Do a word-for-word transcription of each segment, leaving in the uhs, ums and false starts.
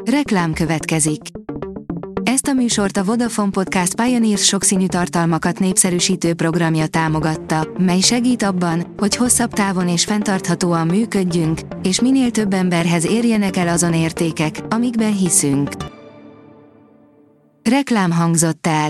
Reklám következik. Ezt a műsort a Vodafone Podcast Pioneers sokszínű tartalmakat népszerűsítő programja támogatta, mely segít abban, hogy hosszabb távon és fenntarthatóan működjünk, és minél több emberhez érjenek el azon értékek, amikben hiszünk. Reklám hangzott el.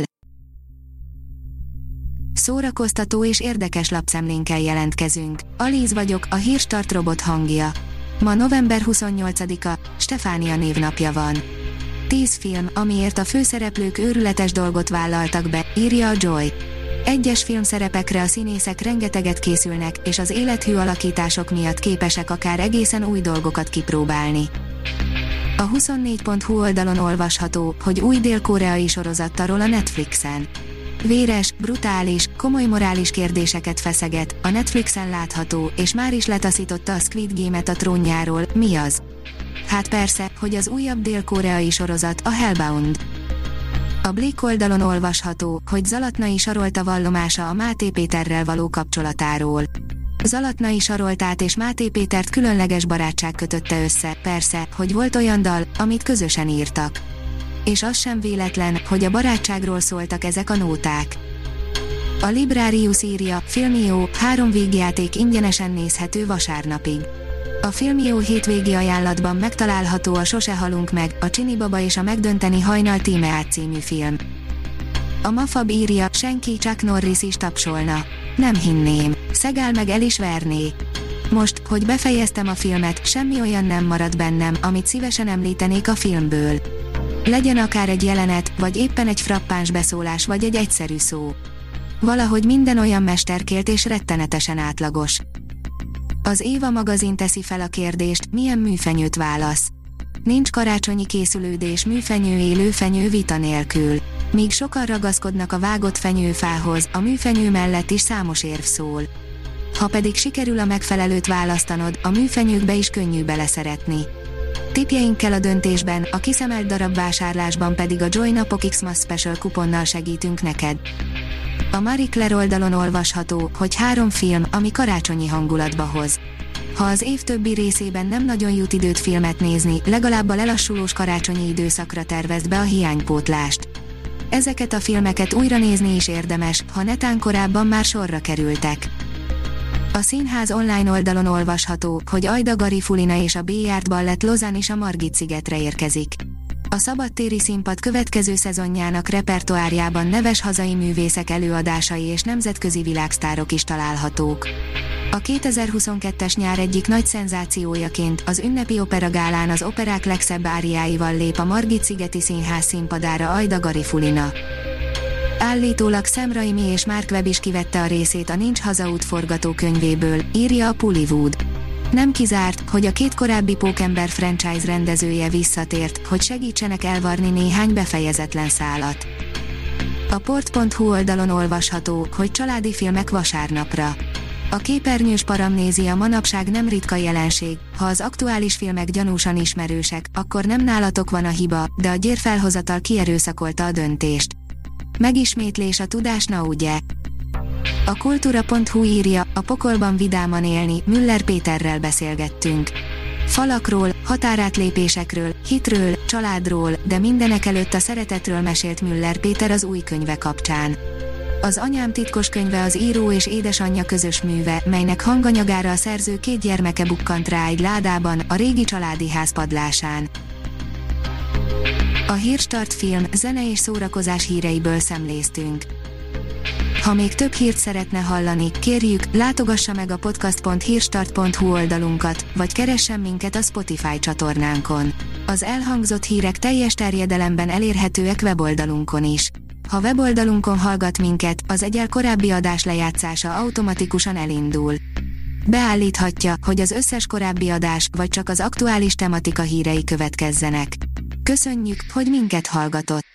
Szórakoztató és érdekes lapszemlénkkel jelentkezünk. Alíz vagyok, a Hírstart robot hangja. Ma november huszonnyolcadika, Stefánia névnapja van. Tíz film, amiért a főszereplők őrületes dolgot vállaltak be, írja a Joy. Egyes filmszerepekre a színészek rengeteget készülnek, és az élethű alakítások miatt képesek akár egészen új dolgokat kipróbálni. A huszonnégy pont hu oldalon olvasható, hogy új dél-koreai sorozat tarol a Netflixen. Véres, brutális, komoly morális kérdéseket feszeget, a Netflixen látható, és már is letaszította a Squid Game-et a trónjáról. Mi az? Hát persze, hogy az újabb dél-koreai sorozat, a Hellbound. A Blick oldalon olvasható, hogy Zalatnai Sarolta vallomása a Máté Péterrel való kapcsolatáról. Zalatnai Saroltát és Máté Pétert különleges barátság kötötte össze, persze, hogy volt olyan dal, amit közösen írtak. És az sem véletlen, hogy a barátságról szóltak ezek a nóták. A Librarius írja, Filmio, három vígjáték ingyenesen nézhető vasárnapig. A Filmio hétvégi ajánlatban megtalálható a Sose halunk meg, a Csini baba és a megdönteni hajnal tímeát című film. A Mafab írja, senki, Chuck Norris is tapsolna. Nem hinném. Szegál meg el is verné. Most, hogy befejeztem a filmet, semmi olyan nem marad bennem, amit szívesen említenék a filmből. Legyen akár egy jelenet, vagy éppen egy frappáns beszólás, vagy egy egyszerű szó. Valahogy minden olyan mesterkélt és rettenetesen átlagos. Az Éva magazin teszi fel a kérdést, milyen műfenyőt válasz. Nincs karácsonyi készülődés műfenyő élőfenyő vita nélkül. Míg sokan ragaszkodnak a vágott fenyőfához, a műfenyő mellett is számos érv szól. Ha pedig sikerül a megfelelőt választanod, a műfenyőkbe is könnyű beleszeretni. Tippjeinkkel a döntésben, a kiszemelt darab vásárlásban pedig a Joy Napok Xmas Special kuponnal segítünk neked. A Marie Claire oldalon olvasható, hogy három film, ami karácsonyi hangulatba hoz. Ha az év többi részében nem nagyon jut időt filmet nézni, legalább a lelassulós karácsonyi időszakra tervezd be a hiánypótlást. Ezeket a filmeket újra nézni is érdemes, ha netán korábban már sorra kerültek. A Színház online oldalon olvasható, hogy Ajda Garifulina és a Béjárt Ballett Lausanne is a Margit-szigetre érkezik. A szabadtéri színpad következő szezonjának repertoárjában neves hazai művészek előadásai és nemzetközi világsztárok is találhatók. A kétezer-huszonkettes nyár egyik nagy szenzációjaként az ünnepi operagálán az operák legszebb áriáival lép a Margit-szigeti Színház színpadára Ajda Garifulina. Állítólag Sam Raimi és Mark Webb is kivette a részét a Nincs hazaút forgatókönyvéből, írja a Pullywood. Nem kizárt, hogy a két korábbi Pókember franchise rendezője visszatért, hogy segítsenek elvarni néhány befejezetlen szálat. A port pont hu oldalon olvasható, hogy családi filmek vasárnapra. A képernyős paramnézia manapság nem ritka jelenség, ha az aktuális filmek gyanúsan ismerősek, akkor nem nálatok van a hiba, de a gyérfelhozatal kierőszakolta a döntést. Megismétlés a tudás, na ugye? A kultúra pont hu írja, a pokolban vidáman élni, Müller Péterrel beszélgettünk. Falakról, határátlépésekről, hitről, családról, de mindenekelőtt a szeretetről mesélt Müller Péter az új könyve kapcsán. Az Anyám titkos könyve az író és édesanyja közös műve, melynek hanganyagára a szerző két gyermeke bukkant rá egy ládában, a régi családi ház padlásán. A Hírstart film, zene és szórakozás híreiből szemléztünk. Ha még több hírt szeretne hallani, kérjük, látogassa meg a podcast pont hírstart pont hu oldalunkat, vagy keressen minket a Spotify csatornánkon. Az elhangzott hírek teljes terjedelemben elérhetőek weboldalunkon is. Ha weboldalunkon hallgat minket, az egyel korábbi adás lejátszása automatikusan elindul. Beállíthatja, hogy az összes korábbi adás, vagy csak az aktuális tematika hírei következzenek. Köszönjük, hogy minket hallgatott!